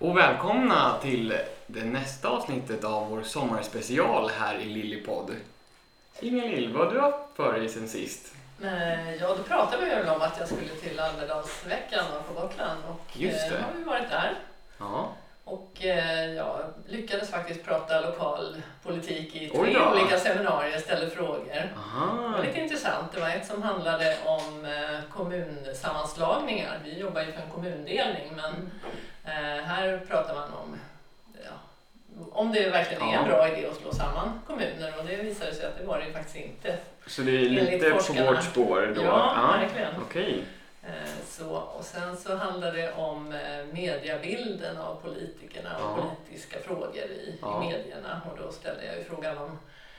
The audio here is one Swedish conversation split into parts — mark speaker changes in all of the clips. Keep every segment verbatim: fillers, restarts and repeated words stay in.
Speaker 1: Och välkomna till det nästa avsnittet av vår sommarspecial här i Lillypodd. Ingelill, vad har du haft för dig sen sist?
Speaker 2: Ja, då pratade vi ju om att jag skulle till Almedalsveckan på Gotland och
Speaker 1: Just det.
Speaker 2: Eh, har vi varit där.
Speaker 1: Ja.
Speaker 2: Och eh, jag lyckades faktiskt prata lokal politik i
Speaker 1: Oj
Speaker 2: tre
Speaker 1: då.
Speaker 2: olika seminarier och ställde frågor.
Speaker 1: Aha.
Speaker 2: Det var lite intressant. Det var ett som handlade om eh, kommunsammanslagningar. Vi jobbar ju för en kommundelning, men eh, här pratar man om ja, om det verkligen är en bra idé att slå samman kommuner, och det visade sig att det var det ju faktiskt inte.
Speaker 1: Så det är lite på vårt spår då?
Speaker 2: Ja,
Speaker 1: ah,
Speaker 2: verkligen.
Speaker 1: Okej.
Speaker 2: Så, och sen så handlar det om mediebilden av politikerna och
Speaker 1: ja.
Speaker 2: politiska frågor i,
Speaker 1: ja.
Speaker 2: i medierna. Och då ställde jag ju frågan om,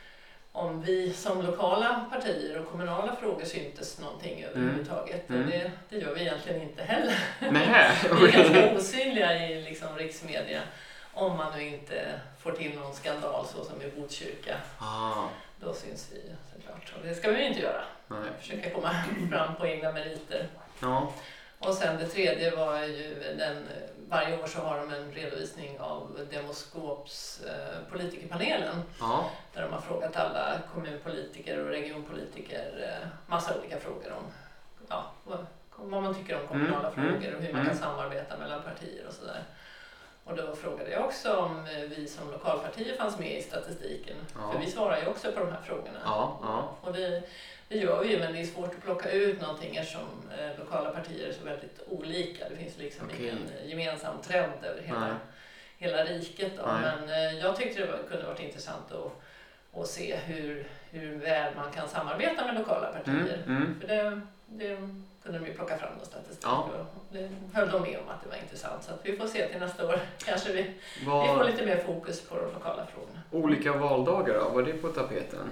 Speaker 2: om vi som lokala partier och kommunala frågor syntes någonting överhuvudtaget.
Speaker 1: Mm.
Speaker 2: Och det, det gör vi egentligen inte heller.
Speaker 1: Nähä.
Speaker 2: Vi är ganska osynliga i liksom riksmedia om man nu inte får till någon skandal så som i Botkyrka.
Speaker 1: Ah.
Speaker 2: Då syns vi såklart. Och det ska vi ju inte göra.
Speaker 1: Nej.
Speaker 2: Försöka komma fram på egna meriter.
Speaker 1: Ja.
Speaker 2: Och sen det tredje var ju den, varje år så har de en redovisning av Demoskops eh, politikerpanelen.
Speaker 1: Ja.
Speaker 2: Där de har frågat alla kommunpolitiker och regionpolitiker eh, massa olika frågor om ja, vad, vad man tycker om kommunala
Speaker 1: Mm,
Speaker 2: frågor och hur man
Speaker 1: mm.
Speaker 2: kan samarbeta mellan partier och sådär. Och då frågade jag också om vi som lokalpartier fanns med i statistiken.
Speaker 1: Ja.
Speaker 2: För vi svarar ju också på de här frågorna.
Speaker 1: Ja, ja.
Speaker 2: Och det, det gör vi ju, men det är svårt att plocka ut någonting eftersom eh, lokala partier är så väldigt olika. Det finns liksom
Speaker 1: Okej.
Speaker 2: ingen gemensam trend över hela,
Speaker 1: Nej.
Speaker 2: hela riket. Då.
Speaker 1: Nej.
Speaker 2: Men eh, jag tyckte det var, kunde varit intressant att, att se hur, hur väl man kan samarbeta med lokala partier.
Speaker 1: Mm, mm.
Speaker 2: För det, det kunde de ju plocka fram någon statistik
Speaker 1: Ja.
Speaker 2: och det höll de med om att det var intressant. Så att vi får se till nästa år. Kanske vi,
Speaker 1: Vad...
Speaker 2: vi får lite mer fokus på de lokala frågorna.
Speaker 1: Olika valdagar då? Var det på tapeten?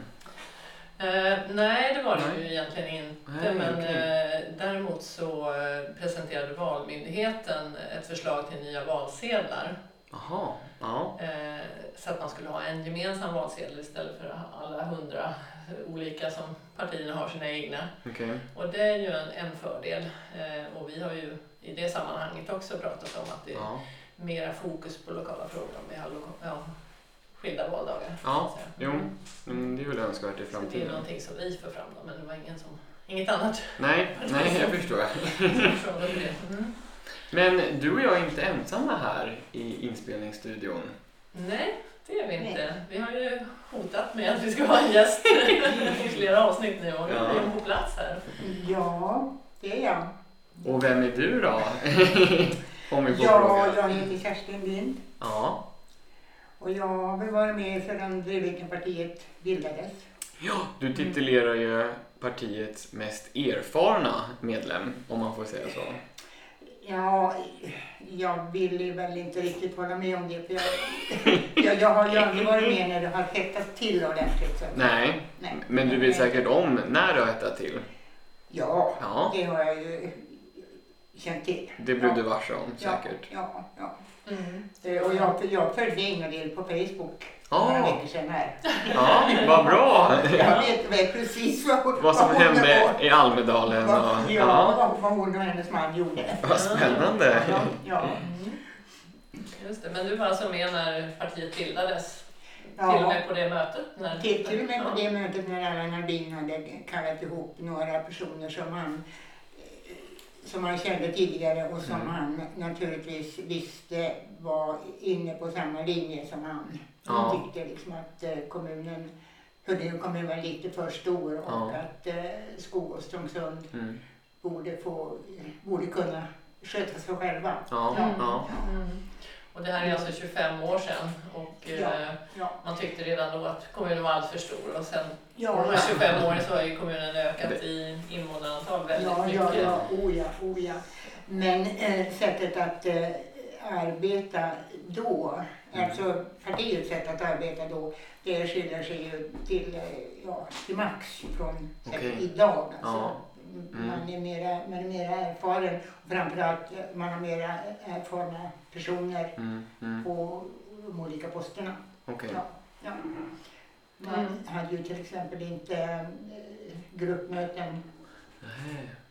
Speaker 2: Uh, nej, det var det
Speaker 1: Nej.
Speaker 2: ju egentligen inte.
Speaker 1: Nej,
Speaker 2: men
Speaker 1: okej.
Speaker 2: uh, däremot så uh, presenterade Valmyndigheten ett förslag till nya valsedlar.
Speaker 1: Jaha, ja.
Speaker 2: Uh, så att man skulle ha en gemensam valsedel istället för alla hundra olika som partierna har sina egna.
Speaker 1: Okej.
Speaker 2: Och det är ju en, en fördel. Uh, och vi har ju i det sammanhanget också pratat om att det är
Speaker 1: Ja.
Speaker 2: mera fokus på lokala frågor om vi har loka- ja, skilda valdagar.
Speaker 1: Ja,
Speaker 2: så att säga.
Speaker 1: jo. Men det är väl önskvärt i
Speaker 2: Så det är
Speaker 1: framtiden.
Speaker 2: någonting som vi för fram då, men det var ingen som, inget annat.
Speaker 1: Nej, nej, jag förstår.
Speaker 2: som frågade det. Mm.
Speaker 1: Men du och jag är inte ensamma här i inspelningsstudion.
Speaker 2: Nej, det är vi inte. Vi har ju hotat med att vi ska ha en gäst i flera avsnitt nu och nu
Speaker 1: Ja.
Speaker 2: är hon på plats här.
Speaker 3: Ja, det är jag.
Speaker 1: Och vem är du då? Om vi får
Speaker 3: Ja,
Speaker 1: fråga.
Speaker 3: jag heter Kerstin Lind
Speaker 1: Ja.
Speaker 3: och jag har väl varit med sedan Drevvikenpartiet bildades.
Speaker 1: Ja, du titulerar ju partiets mest erfarna medlem, om man får säga så.
Speaker 3: Ja, jag vill väl inte riktigt hålla med om det, för jag, jag, jag har ju aldrig varit med när det har hettat till ordentligt. Så.
Speaker 1: Nej,
Speaker 3: Nej.
Speaker 1: men du vet säkert om när det har hettat till.
Speaker 3: Ja,
Speaker 1: Ja.
Speaker 3: det har jag ju känt till.
Speaker 1: Det blev
Speaker 3: ja.
Speaker 1: du varse om säkert.
Speaker 3: Ja, ja,
Speaker 2: Mm.
Speaker 3: ja. Eh, Och jag, jag följde Ingalill på Facebook
Speaker 1: Ja.
Speaker 3: några veckor sedan här.
Speaker 1: Ja, vad bra!
Speaker 3: Jag vet väl precis vad, hon-
Speaker 1: Vad som
Speaker 3: hon
Speaker 1: hände
Speaker 3: var.
Speaker 1: i Almedalen.
Speaker 3: Vad,
Speaker 1: Och,
Speaker 3: ja,
Speaker 1: ja,
Speaker 3: vad, vad hon och hennes man gjorde.
Speaker 1: vad spännande.
Speaker 3: Ja, ja.
Speaker 2: Mm. Just det, men du var alltså med när partiet bildades?
Speaker 3: Ja.
Speaker 2: Till och med på det mötet? När...
Speaker 3: Till, till och med på
Speaker 2: Ja.
Speaker 3: det mötet när Allan Nordin hade kallat ihop några personer som han, eh, som han kände tidigare och som
Speaker 1: Mm.
Speaker 3: han naturligtvis visste var inne på samma linje som han.
Speaker 1: Ja.
Speaker 3: Han tyckte liksom att eh, kommunen, Huddinge kommun var lite för stor och
Speaker 1: Ja.
Speaker 3: att eh, Skog och Strångsund
Speaker 1: Mm.
Speaker 3: borde, få, borde kunna sköta sig själva.
Speaker 1: Ja,
Speaker 2: Mm.
Speaker 1: ja.
Speaker 2: Mm. Och det här är alltså tjugofem år sedan och
Speaker 3: Ja.
Speaker 2: eh,
Speaker 3: Ja.
Speaker 2: man tyckte redan då att kommunen var alldeles för stor och sen
Speaker 3: Ja,
Speaker 2: på de här
Speaker 3: ja.
Speaker 2: tjugofem åren så har ju kommunen ökat i invånarantal väldigt
Speaker 3: Ja,
Speaker 2: mycket.
Speaker 3: ja, ja, oh ja, oh ja. Men eh, sättet att eh, arbeta då,
Speaker 1: Mm.
Speaker 3: alltså partiets sätt att arbeta då, det skiljer sig ju till, eh, ja, till max från sätt
Speaker 1: Okej.
Speaker 3: idag. Alltså.
Speaker 1: Ja. Mm.
Speaker 3: Man är mera, man är mera erfaren och framförallt eh, man har mera erfarna personer
Speaker 1: Mm. Mm.
Speaker 3: på de olika posterna.
Speaker 1: Okej.
Speaker 3: Ja, ja. Man
Speaker 2: Mm.
Speaker 3: hade ju till exempel inte eh, gruppmöten
Speaker 1: Nej.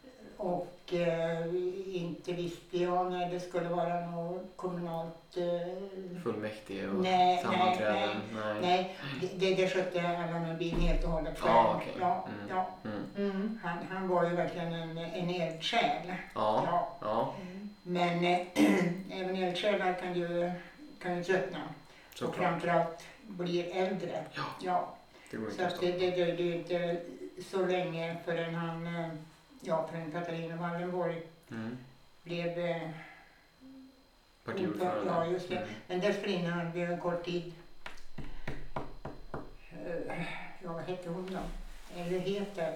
Speaker 3: och eh, inte visste jag när det skulle vara något kommunalt eh,
Speaker 1: fullmäktige och
Speaker 3: nej,
Speaker 1: sammanträden?
Speaker 3: Nej, nej. nej det, det skötte Allan Nordin helt och hållet själv.
Speaker 1: Ah, okay.
Speaker 3: ja,
Speaker 1: mm.
Speaker 3: ja.
Speaker 2: Mm. Mm.
Speaker 3: Han, han var ju verkligen en, en eldsjäl.
Speaker 1: Ja.
Speaker 3: Ja.
Speaker 1: Ja.
Speaker 3: Men äh, även eldsjälar kan ju, kan ju tröttna.
Speaker 1: Så
Speaker 3: och
Speaker 1: klart.
Speaker 3: framförallt blir äldre.
Speaker 1: Ja.
Speaker 3: Ja.
Speaker 1: Det går
Speaker 3: Så
Speaker 1: inte att
Speaker 3: att det, det dröjde ju inte så länge förrän han, äh, ja, förrän Katarina Wallenborg
Speaker 1: mm.
Speaker 3: blev äh,
Speaker 1: partiordförande.
Speaker 3: Ja, just det.
Speaker 1: Mm.
Speaker 3: Men dessförinnan blev en kort tid, äh, ja, vad heter hon då? Eller heter,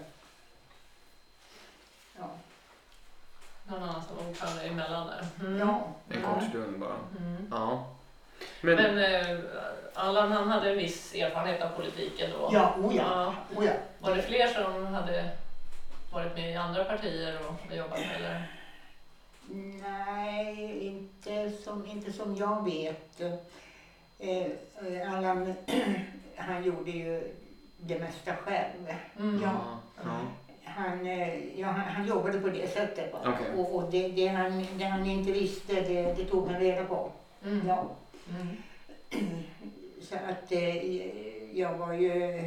Speaker 3: ja.
Speaker 2: Någon annan som var ordförande emellan där. Mm.
Speaker 3: Ja.
Speaker 1: En
Speaker 3: ja.
Speaker 1: kort stund bara.
Speaker 2: Mm.
Speaker 1: Ja.
Speaker 2: Men,
Speaker 1: Men,
Speaker 2: Men eh, Allan han hade en viss erfarenhet av politiken då.
Speaker 3: Ja, oh ja.
Speaker 2: Ja.
Speaker 3: Oh ja.
Speaker 2: Var det fler som hade varit med i andra partier och jobbat med eller?
Speaker 3: Nej, inte som, inte som jag vet. Eh, Allan, han gjorde ju det mesta själv.
Speaker 2: Mm.
Speaker 3: Ja.
Speaker 1: ja.
Speaker 3: Han, eh, ja, han, han jobbade på det sättet bara.
Speaker 1: Okej.
Speaker 3: Och, och det, det, han, det han inte visste, det, det tog han reda på.
Speaker 2: Mm.
Speaker 3: Ja.
Speaker 2: Mm.
Speaker 3: Så att eh, jag var ju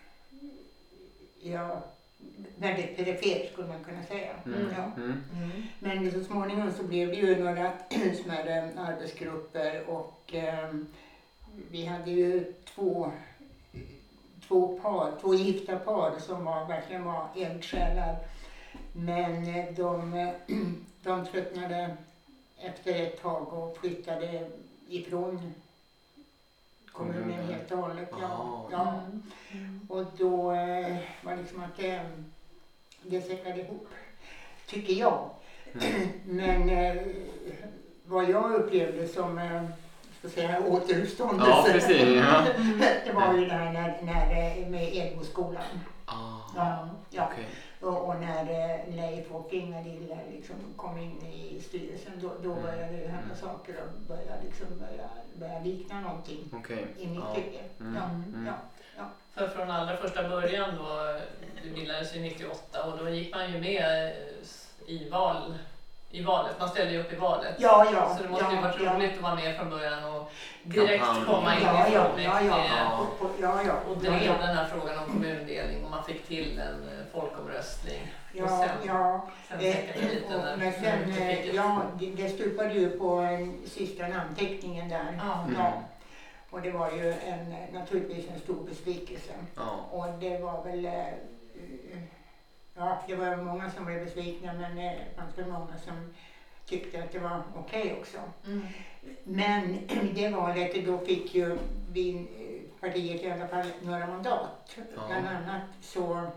Speaker 3: ja, väldigt perifer skulle man kunna säga.
Speaker 1: Mm.
Speaker 3: Ja.
Speaker 1: Mm.
Speaker 2: Mm.
Speaker 3: Men så småningom så blev det ju några smärre arbetsgrupper och eh, vi hade ju två, två par, två gifta par som var, verkligen var eldsjälar. Men eh, de, eh, de tröttnade efter ett tag och flyttade ifrån kommunen
Speaker 1: Kommunen.
Speaker 3: helt och hållet. Ja.
Speaker 1: Ah.
Speaker 3: Ja.
Speaker 2: Mm.
Speaker 3: Och då eh, var liksom att det, det säkrade ihop, tycker jag.
Speaker 1: Mm.
Speaker 3: Men eh, vad jag upplevde som eh, ska säga, återuppståndelse,
Speaker 1: Ja, precis. Ja.
Speaker 3: det var ju det här när, när, med Edboskolan.
Speaker 1: Ah.
Speaker 3: Ja, ja.
Speaker 1: Okej.
Speaker 3: Och, och när eh, Leif och Ingalill liksom kom in i styrelsen, då, då
Speaker 1: Mm.
Speaker 3: började det hända
Speaker 1: Mm.
Speaker 3: saker och började, liksom börja, börja likna någonting
Speaker 1: Okej.
Speaker 3: i mitt
Speaker 1: Ja.
Speaker 3: tycke.
Speaker 1: Mm.
Speaker 3: Ja,
Speaker 1: Mm.
Speaker 3: ja, ja.
Speaker 2: För från allra första början då, det bildades ju nittioåtta och då gick man ju med i val, i valet, man ställde ju upp i valet.
Speaker 3: Ja, ja,
Speaker 2: Så det måste ju
Speaker 3: ja,
Speaker 2: varit
Speaker 3: ja.
Speaker 2: roligt att vara med från början och direkt
Speaker 1: Kampanj.
Speaker 2: komma in
Speaker 3: Ja,
Speaker 2: i
Speaker 3: ja,
Speaker 2: fullmäktige
Speaker 3: ja, ja.
Speaker 1: Ja.
Speaker 3: På- på- ja, ja.
Speaker 2: och drev den här frågan om kommundelning och man fick till en eh, folkomröstning. Och
Speaker 3: Ja,
Speaker 2: sen,
Speaker 3: ja.
Speaker 2: sen
Speaker 3: Eh,
Speaker 2: säkert lite
Speaker 3: och-
Speaker 2: när
Speaker 3: Men sen,
Speaker 2: när
Speaker 3: eh,
Speaker 2: fick ett-
Speaker 3: ja, det, det stupade ju på en sista namnteckningen där.
Speaker 2: Ja.
Speaker 1: Mm.
Speaker 3: Ja. Och det var ju en, naturligtvis en stor besvikelse.
Speaker 1: Ja.
Speaker 3: Och det var väl, eh, ja, det var många som blev besvikna, men eh, det fanns väl många som tyckte att det var okej också.
Speaker 2: Mm.
Speaker 3: Men i det valet då fick ju vi, eh, partiet i alla fall några mandat.
Speaker 1: Ja.
Speaker 3: Bland annat så eh,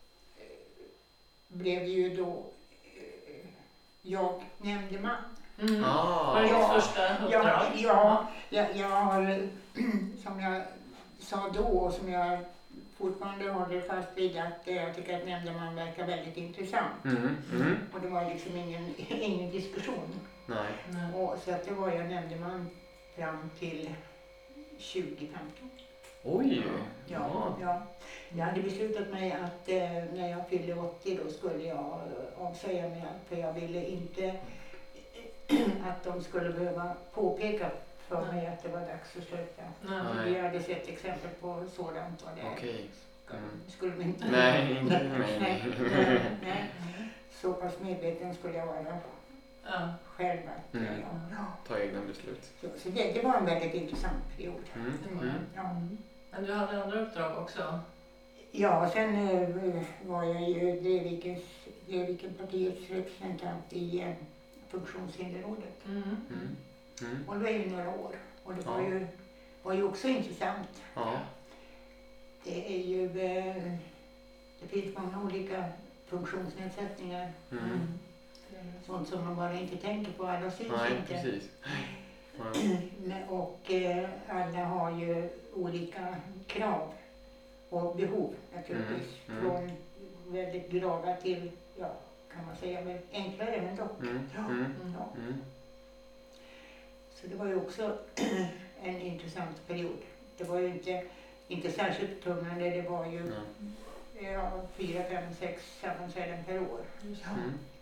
Speaker 3: blev ju då eh, jag nämndeman.
Speaker 2: Mm.
Speaker 1: Ah.
Speaker 2: Var det
Speaker 3: Ja.
Speaker 2: ditt första uppdrag?
Speaker 3: Ja, ja jag, jag har, som jag sa då och som jag fortfarande håller fast vid, att eh, jag tycker att nämndeman verkar väldigt intressant.
Speaker 1: Mm. Mm.
Speaker 3: Och det var liksom ingen, ingen diskussion.
Speaker 1: Nej.
Speaker 2: Nej.
Speaker 3: Och, så att det var jag nämndeman fram till tjugo femton.
Speaker 1: Oj.
Speaker 3: Ja, ja. Jag hade beslutat mig att eh, när jag fyllde åttio då skulle jag eh, avsäga mig, för jag ville inte att de skulle behöva påpeka för mig att det var dags att sluta.
Speaker 2: Nej.
Speaker 1: Nej.
Speaker 3: Vi hade sett exempel på sådant och det
Speaker 1: Okej. Mm.
Speaker 3: skulle vi inte...
Speaker 1: Nej, inte med mig.
Speaker 3: nej, nej, nej. Så pass medveten skulle jag vara
Speaker 2: Ja.
Speaker 3: själv att,
Speaker 1: Mm.
Speaker 3: ja.
Speaker 1: Ta egna beslut.
Speaker 3: Så, så det, det var en väldigt intressant period.
Speaker 1: Mm.
Speaker 3: Mm.
Speaker 1: Mm.
Speaker 3: Ja.
Speaker 2: Men du hade andra uppdrag också?
Speaker 3: Ja, sen eh, var jag ju Drevvikenpartiets representant i eh, funktionshinderrådet.
Speaker 2: Mm.
Speaker 1: Mm. Mm.
Speaker 3: Och det var ju några år. Och det var,
Speaker 1: Ja.
Speaker 3: ju, var ju också intressant.
Speaker 1: Ja.
Speaker 3: Det är ju, eh, det finns många olika funktionsnedsättningar.
Speaker 1: Mm.
Speaker 3: Sånt som man bara inte tänker på, alla syns
Speaker 1: Nej,
Speaker 3: inte.
Speaker 1: precis. Ja.
Speaker 3: Men- Och eh, alla har ju olika krav och behov naturligtvis.
Speaker 1: Mm, mm.
Speaker 3: Från väldigt grava till, ja, kan man säga, men enklare men dock.
Speaker 1: Mm.
Speaker 3: Ja.
Speaker 1: Mm.
Speaker 3: Ja.
Speaker 1: Mm.
Speaker 3: Så det var ju också en intressant period. Det var ju inte, inte särskilt betungande, det var ju
Speaker 1: Ja.
Speaker 3: ja, fyra, fem, sex sammanträden per år.
Speaker 2: Just det.
Speaker 1: Mm.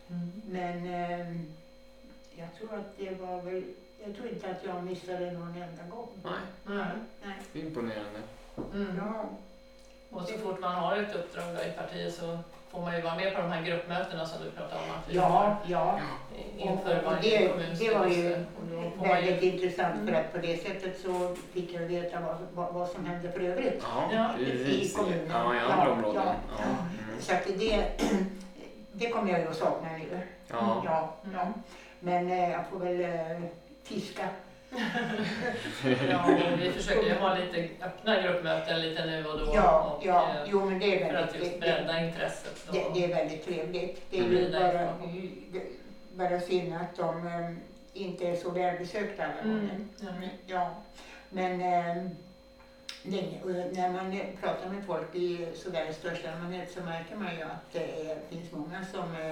Speaker 2: Mm.
Speaker 3: Men eh, jag tror att det var väl, jag tror inte att jag missade någon enda gång.
Speaker 1: Nej,
Speaker 2: Mm.
Speaker 3: Nej.
Speaker 1: imponerande.
Speaker 2: Mm.
Speaker 3: Ja.
Speaker 2: Och så fort man har ett uppdrag då i partiet så får man ju vara med på de här gruppmötena som du pratade om att vi
Speaker 3: Ja,
Speaker 2: har
Speaker 3: ja.
Speaker 2: inför
Speaker 3: Och, och
Speaker 2: varje
Speaker 3: det,
Speaker 2: kommunstyrelse.
Speaker 3: det var ju
Speaker 2: Och då får man ju-
Speaker 3: väldigt intressant
Speaker 2: Mm.
Speaker 3: för att på det sättet så fick jag veta vad, vad, vad som hände för övrigt.
Speaker 1: Ja,
Speaker 2: Ja.
Speaker 1: precis.
Speaker 3: I kommunen.
Speaker 1: Ja, i andra
Speaker 3: Ja,
Speaker 1: områden.
Speaker 3: ja.
Speaker 1: Ja. Mm.
Speaker 3: Så att det, det kommer jag ju att sakna nu.
Speaker 1: Ja.
Speaker 3: Ja, ja. Men eh, jag får väl eh, fiska.
Speaker 2: Ja, och vi försöker ju ha lite öppna gruppmöten lite nu och då.
Speaker 3: Ja,
Speaker 2: och,
Speaker 3: ja.
Speaker 2: eh,
Speaker 3: Jo, men det är
Speaker 2: För att
Speaker 3: väldigt,
Speaker 2: just
Speaker 3: det,
Speaker 2: bredda intresset.
Speaker 3: det,
Speaker 2: Och,
Speaker 3: det är väldigt trevligt. Det är
Speaker 1: Mm.
Speaker 3: ju
Speaker 2: Sprida
Speaker 3: bara,
Speaker 2: information.
Speaker 3: det- bara synd att de eh, inte är så välbesökta alla gånger.
Speaker 2: Mm. Ja.
Speaker 3: Ja, men eh, det, och när man pratar med folk i sådär största allmänhet så märker man ju att det är, finns många som eh,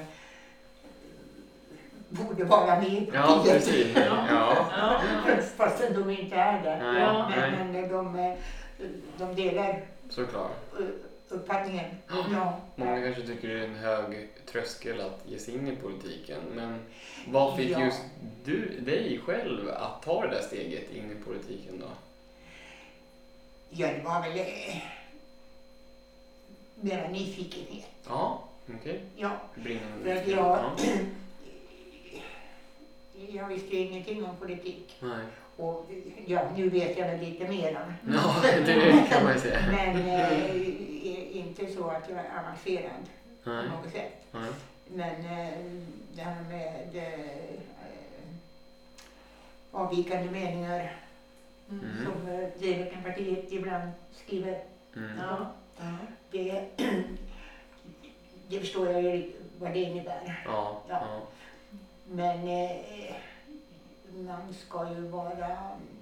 Speaker 3: borde vara med i
Speaker 1: Ja,
Speaker 3: partiet.
Speaker 1: precis. Ja.
Speaker 2: Ja,
Speaker 3: Fast de inte är det.
Speaker 1: Nej,
Speaker 3: Ja,
Speaker 1: nej.
Speaker 3: men, men de, eh, de delar
Speaker 1: Såklart.
Speaker 3: eh, uppfattningen.
Speaker 1: Ja.
Speaker 3: Ja.
Speaker 1: Många kanske tycker det är en hög tröskel att ge sig in i politiken. Men vad fick
Speaker 3: Ja.
Speaker 1: just du, dig själv att ta det där steget in i politiken då?
Speaker 3: Ja, det var väl eh, mera nyfikenhet.
Speaker 1: Ja, okej.
Speaker 3: Ja,
Speaker 1: Brinnande.
Speaker 3: för att jag, jag visste ju ingenting om politik.
Speaker 1: Nej.
Speaker 3: Och ja, nu vet jag väl lite mer.
Speaker 1: Ja, det kan man ju säga.
Speaker 3: Men eh, i- inte så att jag är avancerad på
Speaker 1: Nej.
Speaker 3: något sätt.
Speaker 1: Nej.
Speaker 3: Men eh, det här med eh, avvikande meningar
Speaker 2: Mm.
Speaker 1: Mm.
Speaker 3: som eh, Demokratipartiet ibland skriver.
Speaker 1: Mm.
Speaker 2: Ja. Ja.
Speaker 3: Det, det förstår jag ju vad det innebär.
Speaker 1: Ja.
Speaker 3: Ja.
Speaker 1: Ja.
Speaker 3: Men eh, man ska ju vara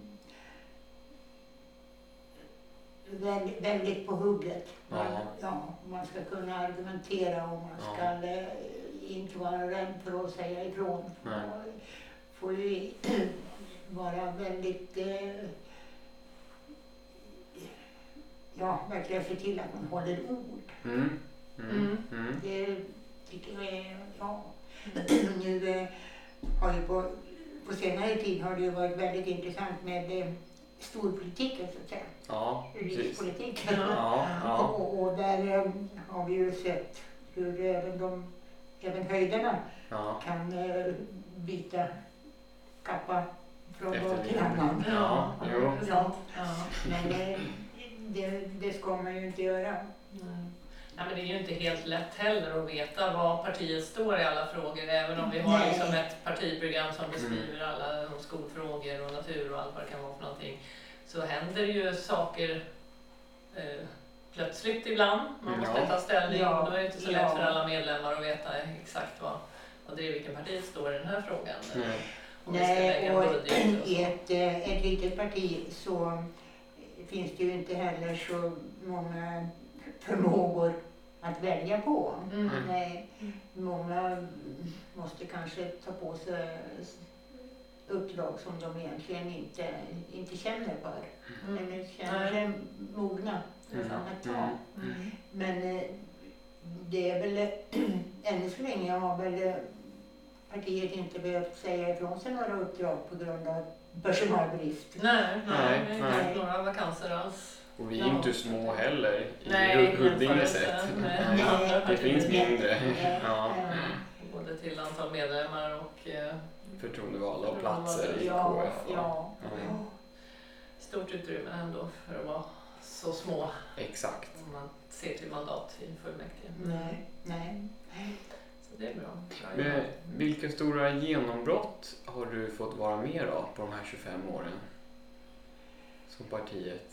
Speaker 3: väldigt, väldigt på hugget. Man,
Speaker 1: Ja.
Speaker 3: ja, man ska kunna argumentera och man
Speaker 1: Ja.
Speaker 3: ska eh, inte vara rädd för att säga ifrån.
Speaker 1: Nej.
Speaker 3: Man får ju vara väldigt eh, ja, verkligen se till att man håller ord.
Speaker 1: Mm. Mm.
Speaker 2: Mm.
Speaker 1: Mm.
Speaker 3: Det tycker jag är, ja. Nu eh, har ju på, på senare tid har det ju varit väldigt intressant med eh, storpolitiken så att säga.
Speaker 1: Ja, precis.
Speaker 3: Rikspolitiken.
Speaker 1: Ja, ja.
Speaker 3: Och, och där eh, har vi ju sett hur även, de, även höjderna
Speaker 1: Ja.
Speaker 3: kan eh, byta kappa från
Speaker 1: Efter
Speaker 3: dag till
Speaker 1: vinden.
Speaker 3: annan.
Speaker 1: Ja, jo.
Speaker 2: det är sant. Ja.
Speaker 3: Men eh, det, det ska man ju inte göra.
Speaker 2: Nej. Ja, men det är ju inte helt lätt heller att veta vad partiet står i alla frågor, även om vi har
Speaker 3: Nej.
Speaker 2: liksom ett partiprogram som beskriver alla de skolfrågor och natur och allt vad det kan vara för någonting. Så händer ju saker eh, plötsligt ibland. Man måste
Speaker 1: Ja.
Speaker 2: ta ställning
Speaker 3: Ja.
Speaker 2: och då är det inte så
Speaker 3: Ja.
Speaker 2: lätt för alla medlemmar att veta exakt vad, vad det är, vilken partiet står i den här frågan.
Speaker 1: Nej.
Speaker 2: Om vi ska lägga
Speaker 3: Nej,
Speaker 2: en
Speaker 3: och
Speaker 2: budget och
Speaker 3: i
Speaker 2: så.
Speaker 3: ett, eh, ett litet parti så finns det ju inte heller så många förmågor att välja på.
Speaker 2: Mm.
Speaker 3: Nej,
Speaker 2: Mm.
Speaker 3: många måste kanske ta på sig uppdrag som de egentligen inte, inte känner för.
Speaker 2: Mm.
Speaker 3: Eller känner
Speaker 2: Nej.
Speaker 3: sig mogna
Speaker 1: Mm.
Speaker 3: att ta.
Speaker 1: Mm.
Speaker 2: Mm.
Speaker 3: Men eh, det är väl, ännu så länge har väl eh, partiet inte behövt säga ifrån sig några uppdrag på grund av personalbrist.
Speaker 2: Nej, nej,
Speaker 1: Nej,
Speaker 2: vi har
Speaker 3: nej.
Speaker 2: inte några vakanser alls.
Speaker 1: Och vi är
Speaker 2: Ja.
Speaker 1: inte små heller i
Speaker 2: Nej,
Speaker 1: Huddinge
Speaker 2: jämförelse
Speaker 1: sett.
Speaker 2: med
Speaker 1: Nej.
Speaker 2: andra
Speaker 1: Det
Speaker 2: partier.
Speaker 1: finns mindre.
Speaker 3: Nej,
Speaker 1: Ja.
Speaker 3: nej.
Speaker 2: Både till antal medlemmar och eh,
Speaker 1: Förtroendevalda och platser i K
Speaker 3: Ja,
Speaker 1: F. och-
Speaker 3: ja.
Speaker 1: Ja.
Speaker 2: stort utrymme ändå för att vara så små
Speaker 1: Exakt.
Speaker 2: om man ser till mandat i fullmäktige.
Speaker 3: Nej, nej.
Speaker 2: Så det är bra. bra
Speaker 1: Men
Speaker 2: jobbat.
Speaker 1: vilka stora genombrott har du fått vara med av på de här tjugofem åren? Som partiet?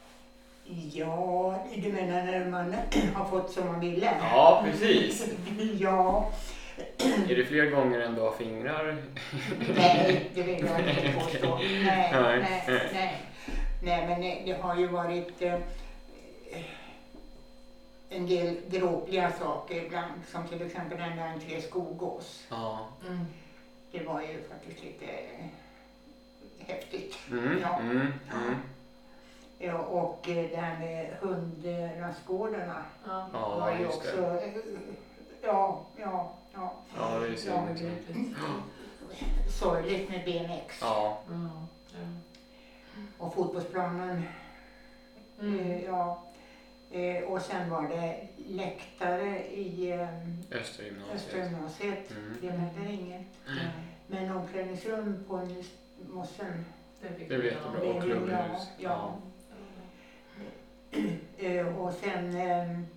Speaker 3: Ja, du menar när man har fått som man ville?
Speaker 1: Ja, precis.
Speaker 3: Ja,
Speaker 1: Är det fler gånger än du har fingrar?
Speaker 3: nej, det vill jag inte påstå. Nej,
Speaker 1: Nej.
Speaker 3: nej, nej. Nej, men det har ju varit eh, en del dråpliga saker ibland, som till exempel den där entré Skogås.
Speaker 1: Ja.
Speaker 2: Mm.
Speaker 3: Det var ju faktiskt lite eh, häftigt.
Speaker 1: Mm,
Speaker 3: Ja.
Speaker 1: mm, mm.
Speaker 3: Ja, och eh, det här med hundrastgårdarna
Speaker 2: Ja.
Speaker 1: Ja,
Speaker 3: var ju
Speaker 1: just det.
Speaker 3: också... eh, Ja, ja, Ja.
Speaker 1: Ja, det är synd.
Speaker 2: Ja,
Speaker 3: Sorgligt med B M X.
Speaker 1: Ja.
Speaker 2: Mm. Ja.
Speaker 3: Och fotbollsplanen.
Speaker 2: Mm.
Speaker 3: Eh, ja. Eh, och sen var det läktare i eh,
Speaker 1: Östergymnasiet.
Speaker 3: Östergymnasiet.
Speaker 1: Mm.
Speaker 3: Det hände inget.
Speaker 2: Mm.
Speaker 3: Men omklädningsrum på Mossen.
Speaker 2: Det, fick
Speaker 1: Det är
Speaker 2: vi
Speaker 1: jättebra.
Speaker 2: ha.
Speaker 1: Och klubbhus.
Speaker 3: Ja. Eh, och sen eh, eh,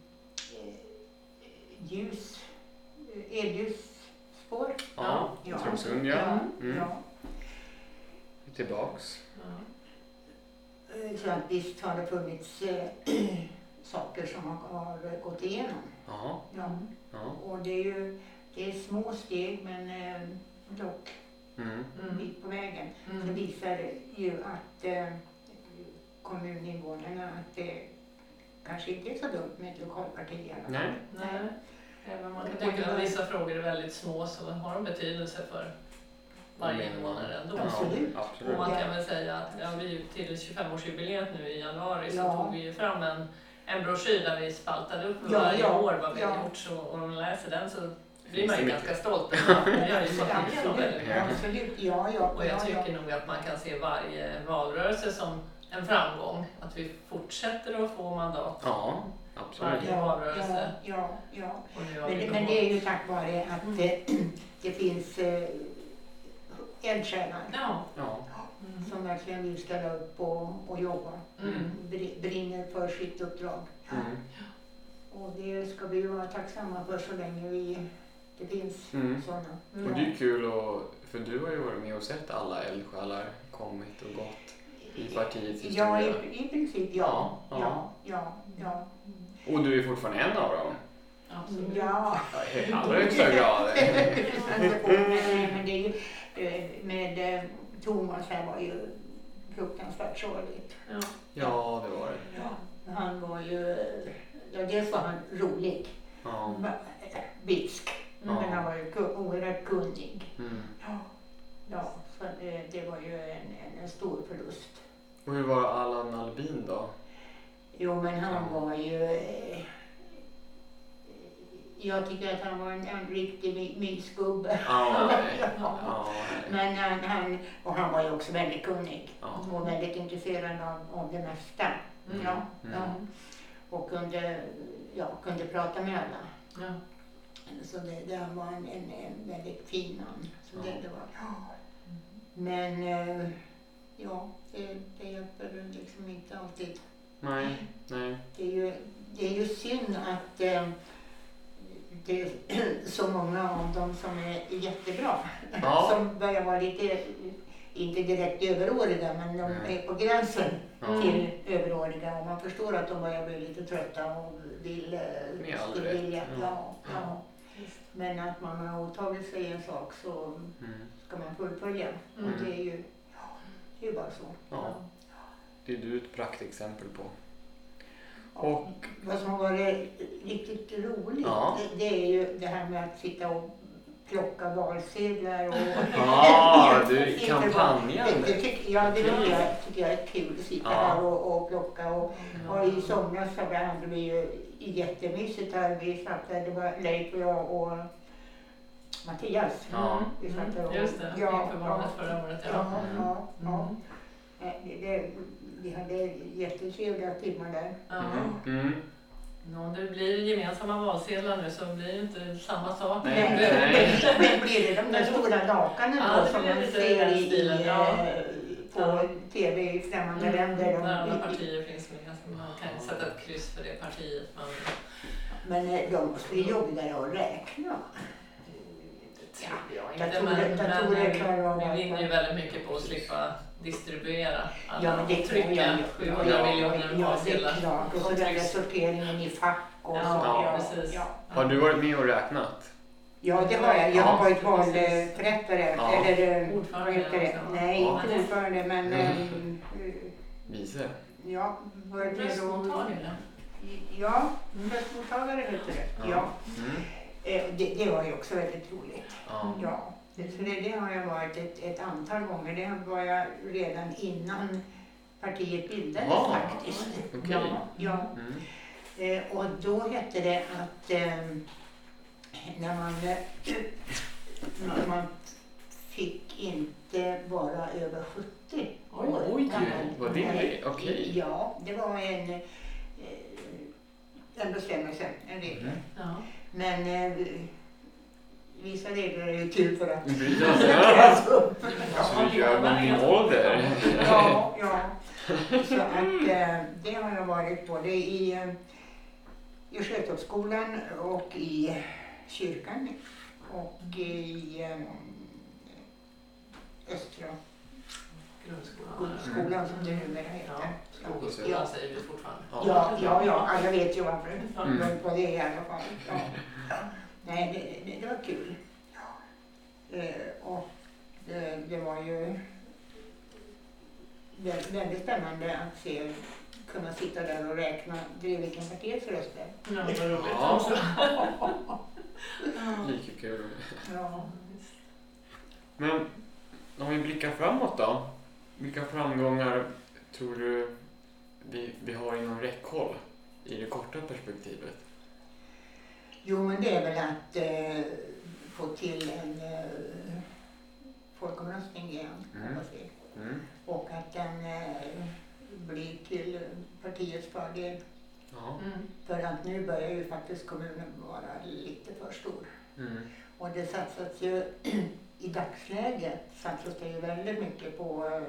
Speaker 3: ljus, eh, elljusspår.
Speaker 1: Ja,
Speaker 3: Ja.
Speaker 1: Strömsund ja.
Speaker 3: Ja,
Speaker 1: Mm.
Speaker 3: ja.
Speaker 1: Tillbaks.
Speaker 2: Ja.
Speaker 3: Eh, Så att visst har det funnits eh, saker som har, har gått igenom.
Speaker 1: Ja.
Speaker 3: Ja.
Speaker 1: Ja.
Speaker 3: Och det är ju det är små steg men eh, dock
Speaker 1: Mm.
Speaker 3: en
Speaker 2: Mm.
Speaker 3: bit på vägen. Det
Speaker 2: Mm.
Speaker 3: visar ju att eh, kommuninvånarna att det kanske inte är så dumt med ett lokalparti i alla fall.
Speaker 1: Nej.
Speaker 2: Nej. Även man kan tycka att vissa frågor är väldigt små så har de betydelse för varje invånare ändå.
Speaker 3: Absolut.
Speaker 1: Ja, absolut.
Speaker 2: Och man kan väl säga att ja, vi till tjugofemårsjubileet nu i januari så
Speaker 3: Ja.
Speaker 2: tog vi ju fram en, en broschyr där vi spaltade upp
Speaker 3: Ja,
Speaker 2: varje
Speaker 3: ja,
Speaker 2: år vad vi
Speaker 3: ja.
Speaker 2: har gjort. Så om man läser den så blir
Speaker 1: Finns
Speaker 2: man ju
Speaker 1: det
Speaker 2: ganska stolt. Vi har ju fått ifrån väldigt
Speaker 3: Absolut,
Speaker 2: mycket.
Speaker 3: absolut. Ja, ja,
Speaker 2: Och jag
Speaker 3: ja,
Speaker 2: tycker
Speaker 3: ja.
Speaker 2: nog att man kan se varje valrörelse som en framgång. Att vi fortsätter att få mandat
Speaker 1: Ja, absolut.
Speaker 2: varje
Speaker 3: Ja,
Speaker 2: valrörelse.
Speaker 3: ja, ja.
Speaker 2: Och nu har
Speaker 3: Men,
Speaker 2: vi
Speaker 3: det- men
Speaker 2: kommit-
Speaker 3: det är ju tack vare att
Speaker 2: Mm.
Speaker 3: det, det finns eh, eldsjälar
Speaker 2: Ja.
Speaker 1: Ja.
Speaker 2: Mm.
Speaker 3: som verkligen vill ställa upp och, och jobba.
Speaker 2: Mm.
Speaker 3: Br- Brinner för sitt uppdrag.
Speaker 1: Mm.
Speaker 3: Och det ska vi ju vara tacksamma för så länge vi, det finns
Speaker 1: Mm.
Speaker 3: sådana.
Speaker 1: Och det är kul och, för du har ju varit med och sett alla eldsjälar kommit och gått i partiets
Speaker 3: Ja,
Speaker 1: historia.
Speaker 3: i, i princip ja.
Speaker 1: Ja,
Speaker 3: Ja, ja, ja.
Speaker 1: Och du är fortfarande en av dem.
Speaker 2: Absolut.
Speaker 3: Ja.
Speaker 1: Ja, i allra högsta grad.
Speaker 3: men, men det är ju, eh, med eh, Thomas här var ju fruktansvärt sorgligt.
Speaker 2: Ja.
Speaker 1: Ja, det var det.
Speaker 3: Ja. Han var ju, ja dels var han rolig,
Speaker 1: Ja.
Speaker 3: bitsk,
Speaker 2: Mm.
Speaker 3: men han var ju ku- oerhört kunnig.
Speaker 1: Mm.
Speaker 3: Ja, så eh, det var ju en, en, en stor förlust.
Speaker 1: Och hur var Allan Albin då?
Speaker 3: Jo, men han
Speaker 1: Ja.
Speaker 3: var ju, eh, jag tycker att han var en, en riktig my- mysgubbe.
Speaker 1: Ja,
Speaker 3: Ja.
Speaker 1: ja,
Speaker 3: Men han, han, och han var ju också väldigt kunnig
Speaker 1: ja.
Speaker 3: och väldigt intresserad av, av det mesta.
Speaker 2: Mm.
Speaker 3: Ja,
Speaker 1: Mm.
Speaker 3: ja. Och kunde, ja, kunde prata med alla.
Speaker 2: Ja.
Speaker 3: Så det, det var en, en, en väldigt fin man. Så
Speaker 1: Ja.
Speaker 3: det, det var. Men eh, ja, det, det hjälper liksom inte alltid.
Speaker 1: Nej, nej.
Speaker 3: Det är ju, det är ju synd att eh, det är så många av dem som är jättebra.
Speaker 1: Ja.
Speaker 3: Som börjar vara lite, inte direkt överåriga, men de
Speaker 1: Mm.
Speaker 3: är på gränsen
Speaker 1: Ja.
Speaker 3: till överåriga. Och man förstår att de börjar bli lite trötta och vill, eh,
Speaker 1: Med all
Speaker 3: skulle
Speaker 1: rätt.
Speaker 3: vilja.
Speaker 1: Ja.
Speaker 3: Ja, ja. Men att man har åtagit sig en sak så
Speaker 1: Mm.
Speaker 3: ska man fullfölja.
Speaker 2: Mm.
Speaker 3: Och det är ju, ja, det är ju bara så.
Speaker 1: Ja. Det är du ett praktexempel på.
Speaker 3: Ja.
Speaker 1: Och
Speaker 3: Vad som har varit riktigt roligt,
Speaker 1: Ja.
Speaker 3: det, det är ju det här med att sitta och plocka valsedlar och...
Speaker 1: Ja, du
Speaker 3: Inför
Speaker 1: kampanjande.
Speaker 3: val. Det, det tycker, ja, det tycker jag, tycker jag är kul att sitta
Speaker 1: Ja.
Speaker 3: här och, och plocka. Och, och i somras så hade vi ju jättemysigt här. Vi satt där, det var Leif och jag och Mattias.
Speaker 1: Ja.
Speaker 3: Vi satt där och,
Speaker 2: Mm. Just det,
Speaker 3: ja,
Speaker 2: inför valet förra året.
Speaker 3: Ja,
Speaker 2: Ja.
Speaker 3: ja, ja.
Speaker 2: Mm.
Speaker 3: Eh, Det, det, vi hade jättetrevliga timmar där.
Speaker 2: Ja.
Speaker 1: Mm. Mm.
Speaker 2: Nå, det blir gemensamma valsedlar nu så blir det inte samma sak.
Speaker 1: Nej,
Speaker 3: Men,
Speaker 1: nej.
Speaker 3: men blir det de där stora lakanen
Speaker 2: Ja,
Speaker 3: då
Speaker 2: det
Speaker 3: som
Speaker 2: blir
Speaker 3: man
Speaker 2: lite
Speaker 3: ser
Speaker 2: den
Speaker 3: i,
Speaker 2: stilen, ja.
Speaker 3: eh, på
Speaker 2: Ja.
Speaker 3: tv i främmande
Speaker 2: Mm,
Speaker 3: länder? De,
Speaker 2: där alla
Speaker 3: i-
Speaker 2: partier finns med. Så man kan sätta ett kryss för det partiet. Man,
Speaker 3: Men eh, de måste bli jobbigare att räkna.
Speaker 2: det tror jag inte.
Speaker 3: Datorer-
Speaker 2: Men,
Speaker 3: datorer
Speaker 2: men
Speaker 3: klarar av
Speaker 2: vi
Speaker 3: allt.
Speaker 2: vinner ju väldigt mycket på att slippa distribuera alla
Speaker 3: Ja, men det
Speaker 2: och trycka
Speaker 3: ja,
Speaker 2: sjuhundra
Speaker 1: ja,
Speaker 2: miljoner
Speaker 3: Ja, det är
Speaker 2: valsedlar.
Speaker 3: klart. Och så den där sorteringen i fack och
Speaker 2: Ja,
Speaker 3: så.
Speaker 1: ja,
Speaker 2: precis.
Speaker 3: Ja.
Speaker 1: Har du varit med och räknat?
Speaker 3: Ja, det har jag. Jag har
Speaker 1: Ja,
Speaker 3: varit
Speaker 2: precis.
Speaker 3: valförrättare.
Speaker 1: Ja.
Speaker 3: Eller eh,
Speaker 2: Ordförande
Speaker 3: vad heter det?
Speaker 2: också.
Speaker 3: Nej,
Speaker 1: Ja.
Speaker 3: inte ordförande, men
Speaker 1: Mm.
Speaker 3: eh,
Speaker 1: Vice?
Speaker 3: ja, varit med och...
Speaker 2: Röstmottagare.
Speaker 3: Ja, röstmottagare heter det. Ja.
Speaker 1: Mm.
Speaker 3: Eh, Det, det var ju också väldigt roligt.
Speaker 1: Ja.
Speaker 3: Ja, det, så det, det har jag varit ett, ett antal gånger. Det var jag redan innan partiet bildades
Speaker 1: Ja,
Speaker 3: faktiskt.
Speaker 1: okej.
Speaker 3: Ja, ja.
Speaker 1: Mm.
Speaker 3: Eh, och då hette det att eh, när man, när man fick inte vara över sjuttio år.
Speaker 1: Oj, var det det? Okej.
Speaker 3: Ja, det var en, en bestämmelse, en regel.
Speaker 1: Mm.
Speaker 2: Ja.
Speaker 3: Men eh, vissa regler är ju till för att
Speaker 1: Brytas,
Speaker 3: krävas
Speaker 1: ja.
Speaker 3: upp.
Speaker 1: Så du gör med min ålder.
Speaker 3: Ja, ja. Så att eh, det har jag varit både i, eh, i Sjötorpsskolan och i kyrkan och i eh, Östra
Speaker 2: Grundskolan.
Speaker 3: skolan som det numera
Speaker 2: Ja,
Speaker 3: heter.
Speaker 2: skolskolan
Speaker 3: Ja.
Speaker 2: säger vi fortfarande.
Speaker 3: Ja, ja, ja, alla vet ju varför.
Speaker 1: Mm.
Speaker 3: Men vad det är i alla fall. Ja. Nej, det, det, det var kul. Eh, och det, det var ju väldigt, väldigt spännande att se, kunna sitta där och räkna Drevviken kvarters röster.
Speaker 2: Ja, vad roligt.
Speaker 1: Ja.
Speaker 2: Ja.
Speaker 1: Lika kul.
Speaker 3: Ja.
Speaker 1: Men om vi blickar framåt då. Vilka framgångar tror du vi, vi har inom räckhåll i det korta perspektivet?
Speaker 3: Jo, men det är väl att eh, få till en eh, folkomröstning igen,
Speaker 1: Mm.
Speaker 3: hoppas vi.
Speaker 1: Mm.
Speaker 3: Och att den eh, blir till partiets fördel.
Speaker 1: Ja.
Speaker 2: Mm.
Speaker 3: För att nu börjar ju faktiskt kommunen vara lite för stor.
Speaker 1: Mm.
Speaker 3: Och det satsas ju, i dagsläget satsas det ju väldigt mycket på, eh,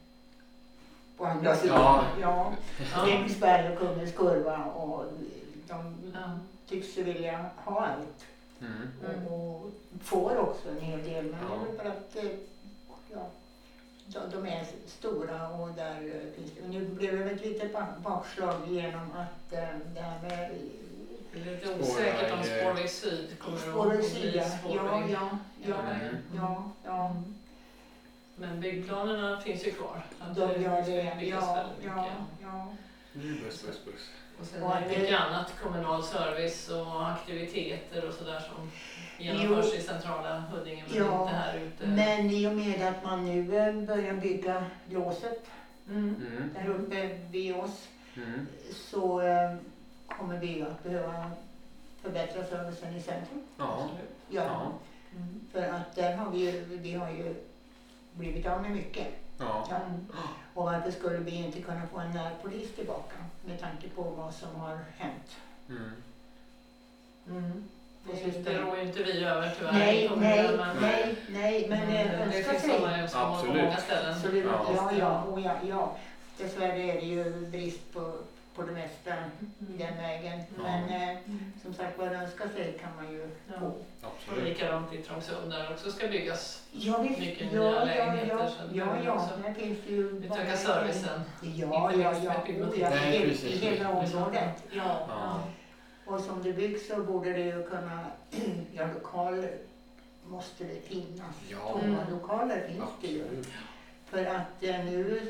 Speaker 3: på andra sidan.
Speaker 1: Ja.
Speaker 3: Ja.
Speaker 2: Ja.
Speaker 3: Grängesberg och Kungens kurva och de
Speaker 2: Ja.
Speaker 3: tycks ju vilja ha allt.
Speaker 1: Mm.
Speaker 3: Och, och får också en hel del, men
Speaker 1: Ja.
Speaker 3: det är väl för att eh, ja, de, de är stora och där eh, finns det. Nu blev det väl ett litet ba- bakslag genom att eh, det här med
Speaker 2: Det är lite osäkert om Spårväg Syd kommer
Speaker 3: Spårväg
Speaker 2: att
Speaker 3: Syd,
Speaker 2: bli
Speaker 3: ja,
Speaker 2: Spårväg.
Speaker 3: ja, ja,
Speaker 1: Mm.
Speaker 3: ja, ja.
Speaker 2: Men byggplanerna finns ju kvar. Att
Speaker 3: De gör
Speaker 2: ska
Speaker 3: det,
Speaker 2: byggas
Speaker 3: ja,
Speaker 2: väldigt
Speaker 3: ja,
Speaker 2: mycket.
Speaker 3: ja.
Speaker 1: Mm. Buss, buss, buss.
Speaker 2: Och sen
Speaker 3: Och
Speaker 2: är det
Speaker 3: att det-
Speaker 2: mycket annat, kommunal service och aktiviteter och sådär som genomförs i centrala Huddinge men
Speaker 3: Ja,
Speaker 2: inte här ute.
Speaker 3: Men i och med att man nu eh, börjar bygga låset
Speaker 2: Mm.
Speaker 1: Mm.
Speaker 3: där uppe vid oss
Speaker 1: Mm.
Speaker 3: så eh, kommer vi att behöva förbättra servicen i centrum.
Speaker 1: Ja.
Speaker 2: Absolut.
Speaker 3: Ja,
Speaker 1: Ja.
Speaker 2: Mm.
Speaker 3: för att där har vi ju, vi har ju blivit av med mycket.
Speaker 1: Ja.
Speaker 3: Ja. Och varför skulle vi inte kunna få en närpolis tillbaka med tanke på vad som har hänt?
Speaker 1: Mm.
Speaker 2: Mm.
Speaker 3: På
Speaker 2: Det
Speaker 3: sistone.
Speaker 2: rår ju inte vi över tyvärr.
Speaker 3: Nej,
Speaker 2: i kommunen,
Speaker 3: nej,
Speaker 2: men-
Speaker 3: nej, nej, men
Speaker 2: men
Speaker 3: eh,
Speaker 2: det
Speaker 3: önskar
Speaker 2: finns
Speaker 3: sig.
Speaker 2: sådana önskemål på
Speaker 1: Absolut.
Speaker 2: många ställen.
Speaker 3: Så det,
Speaker 1: Ja.
Speaker 3: ja, ja, och ja, ja. Dessvärre är det ju brist på, på det mesta den vägen.
Speaker 1: Ja.
Speaker 3: Men eh,
Speaker 2: Mm.
Speaker 3: som sagt, vad önskar sig kan man ju
Speaker 2: Ja.
Speaker 3: få.
Speaker 2: Och
Speaker 1: Absolut.
Speaker 2: likadant i Trångsund där också ska byggas
Speaker 3: Ja, visst.
Speaker 2: mycket
Speaker 3: Ja,
Speaker 2: nya
Speaker 3: ja,
Speaker 2: lägenheter.
Speaker 3: ja,
Speaker 2: så det
Speaker 3: ja,
Speaker 2: behöver
Speaker 3: ja.
Speaker 2: också
Speaker 3: Där finns det ju
Speaker 2: utöka servicen.
Speaker 3: Ja,
Speaker 2: Inte
Speaker 3: ja,
Speaker 2: minst
Speaker 3: ja.
Speaker 2: med bibliotek.
Speaker 3: Oh, ja.
Speaker 1: Nej,
Speaker 3: I, I
Speaker 1: precis.
Speaker 3: hela området. Ja.
Speaker 1: Ja.
Speaker 3: Och som det byggs så borde det ju kunna, ja, lokaler måste det finnas.
Speaker 1: Ja.
Speaker 3: Tomma
Speaker 2: Mm.
Speaker 3: lokaler finns det ju.
Speaker 1: Absolut.
Speaker 3: För att eh, nu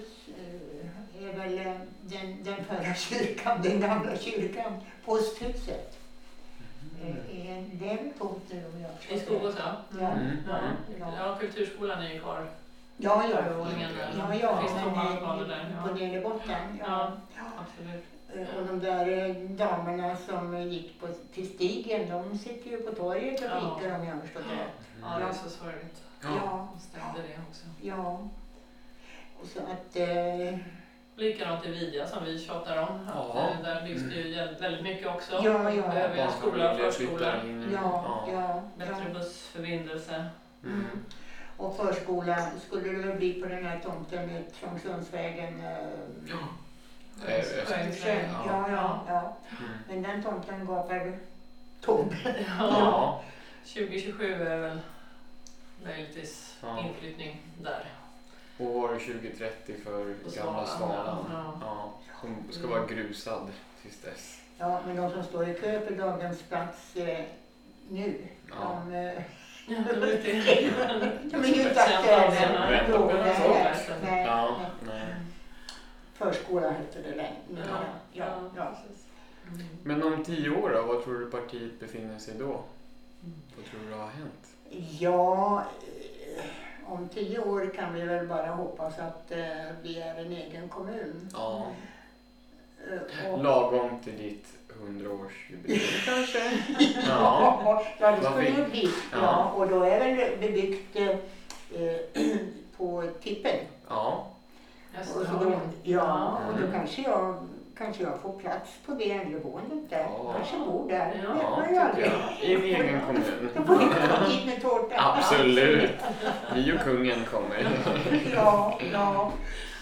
Speaker 3: eh, är väl eh, den, den förra kyrkan, den gamla kyrkan, posthuset.
Speaker 1: Mm.
Speaker 3: Eh, är den tomt nu om jag
Speaker 2: I Skogås, ja.
Speaker 3: Ja.
Speaker 1: Mm.
Speaker 2: Ja.
Speaker 3: Ja.
Speaker 2: ja, kulturskolan är ju kvar.
Speaker 3: Ja, ja,
Speaker 2: Övervåningen där.
Speaker 3: ja, ja,
Speaker 2: Det finns tomma
Speaker 3: men
Speaker 2: lokaler där.
Speaker 3: eh, på
Speaker 2: Ja.
Speaker 3: nedre botten. Ja.
Speaker 2: Ja, absolut.
Speaker 3: Eh, Och de där eh, damerna som eh, gick på, till stigen, de sitter ju på torget och
Speaker 2: Ja.
Speaker 3: fikar om jag har förstått rätt.
Speaker 2: Ja, det är så sorgligt.
Speaker 1: Ja.
Speaker 3: Ja,
Speaker 2: De stängde det också.
Speaker 3: ja. Och så att, eh,
Speaker 2: Likadant i Vidja som vi tjatar om. Att,
Speaker 1: Ja.
Speaker 2: eh, där byggs det ju jä- väldigt mycket också.
Speaker 3: Ja, ja.
Speaker 2: Behöver ju en skola och
Speaker 1: Barnfamiljer
Speaker 2: förskola.
Speaker 1: flyttar in.
Speaker 3: ja, ja, ja.
Speaker 2: Bättre bussförbindelse.
Speaker 1: Mm.
Speaker 3: Och förskola skulle det väl bli på den här tomten med Trångsundsvägen. Eh,
Speaker 1: Eh,
Speaker 3: Sjön.
Speaker 2: Sjön.
Speaker 3: Ja, ja, ja.
Speaker 1: Mm.
Speaker 3: Men den tomten gapar tom.
Speaker 2: Ja.
Speaker 1: Ja.
Speaker 2: tjugo tjugosju är väl möjligtvis
Speaker 1: Ja.
Speaker 2: inflyttning där.
Speaker 1: Och var det tjugo trettio för
Speaker 2: På
Speaker 1: gamla
Speaker 2: Svalan.
Speaker 1: Svalan.
Speaker 2: Ja.
Speaker 1: Ja. Som ska vara grusad tills dess.
Speaker 3: Ja, men de som står i kö för daghemsplats eh, nu,
Speaker 1: Ja.
Speaker 3: de, eh,
Speaker 2: Ja, det var lite...
Speaker 3: de är ju inte aktuella.
Speaker 1: Vänta
Speaker 3: Då,
Speaker 1: på
Speaker 3: nej,
Speaker 1: det.
Speaker 3: nej, nej,
Speaker 1: Ja.
Speaker 3: nej.
Speaker 1: Nej.
Speaker 3: Förskola heter det länge.
Speaker 2: Ja.
Speaker 3: Ja, ja.
Speaker 2: precis. Mm.
Speaker 1: Men om tio år då, vad tror du partiet befinner sig då? Vad tror du har hänt?
Speaker 3: Ja, eh, om tio år kan vi väl bara hoppas att eh, vi är en egen kommun.
Speaker 1: Ja.
Speaker 3: Eh, och,
Speaker 1: Lagom till ditt hundraårsjubileum kanske?
Speaker 3: Ja, ja det skulle
Speaker 1: Varför?
Speaker 3: det bli. Ja.
Speaker 1: Ja.
Speaker 3: Och då är väl bebyggt eh, på tippen.
Speaker 1: Ja.
Speaker 3: Och så
Speaker 2: Österholm.
Speaker 3: då, ja, och då
Speaker 1: Mm.
Speaker 3: kanske jag, kanske jag får plats på det äldreboendet där.
Speaker 1: Ja.
Speaker 3: Kanske bor där.
Speaker 2: Ja,
Speaker 3: Vet man ju
Speaker 1: tycker
Speaker 3: aldrig.
Speaker 1: jag. I en egen kommun.
Speaker 3: Då får ni komma hit med tårta.
Speaker 1: Absolut. Vi och kungen kommer.
Speaker 3: Ja, ja.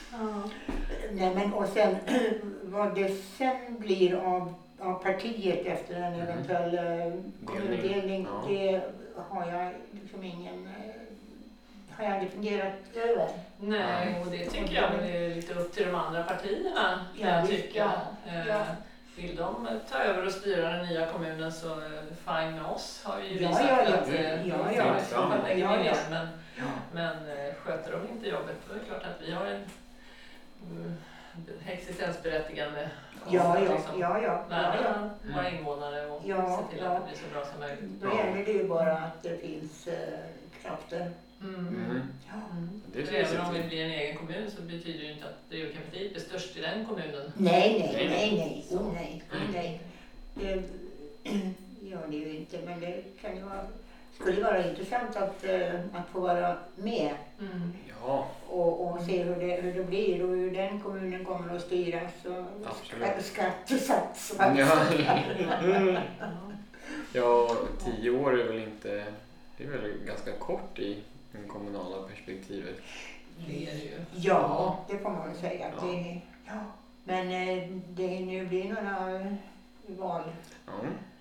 Speaker 3: Nej, men och sen vad det sen blir av, av partiet efter en
Speaker 1: Mm.
Speaker 3: eventuell eh, kommundelning,
Speaker 1: Ja.
Speaker 3: det har jag liksom ingen, eh, har jag aldrig funderat över.
Speaker 2: Nej, och det tycker jag väl är lite upp till de andra partierna, kan
Speaker 3: Ja,
Speaker 2: jag
Speaker 3: visst,
Speaker 2: tycka.
Speaker 3: ja,
Speaker 2: Eh,
Speaker 3: ja.
Speaker 2: Vill de ta över och styra den nya kommunen så eh, fine med oss, har vi ju
Speaker 3: Ja,
Speaker 2: visat
Speaker 3: ja, ja.
Speaker 2: att eh,
Speaker 3: Ja,
Speaker 2: då
Speaker 3: ja.
Speaker 2: får vi i så fall lägga
Speaker 3: Ja,
Speaker 2: ner.
Speaker 3: ja.
Speaker 2: Men,
Speaker 3: Ja.
Speaker 2: men eh, sköter de inte jobbet, då är det klart att vi har en mm, existensberättigande.
Speaker 3: Ja, ja,
Speaker 2: liksom,
Speaker 3: ja, ja, ja, ja.
Speaker 2: värna våra invånare och
Speaker 3: Ja,
Speaker 2: se till
Speaker 3: ja.
Speaker 2: att det blir så bra som möjligt.
Speaker 3: Då gäller det ju bara att det finns eh, krafter.
Speaker 2: Mm.
Speaker 1: Mm.
Speaker 3: Ja.
Speaker 2: Mm.
Speaker 1: Det
Speaker 2: För
Speaker 1: finns
Speaker 2: även om
Speaker 1: ju.
Speaker 2: vi blir en egen kommun så betyder det inte att Drivkraftpartiet är störst i den kommunen.
Speaker 3: Nej, nej,
Speaker 1: Nej,
Speaker 3: nej, nej,
Speaker 2: Så.
Speaker 3: oh, nej, oh, nej. Det gör det ju inte, men det kan ju vara, skulle vara intressant att, eh, att få vara med
Speaker 2: Mm.
Speaker 1: Ja,
Speaker 3: och, och se hur det, hur det blir och hur den kommunen kommer att styras och
Speaker 1: Absolut.
Speaker 3: skattesats.
Speaker 1: ja.
Speaker 2: Ja.
Speaker 1: ja, tio år är väl inte, det är väl ganska kort i det kommunala perspektivet.
Speaker 2: Det är det ju.
Speaker 3: Ja, det får man väl säga. Att
Speaker 1: Ja.
Speaker 3: det, ja. Men eh, det nu blir några eh, val.
Speaker 1: Ja.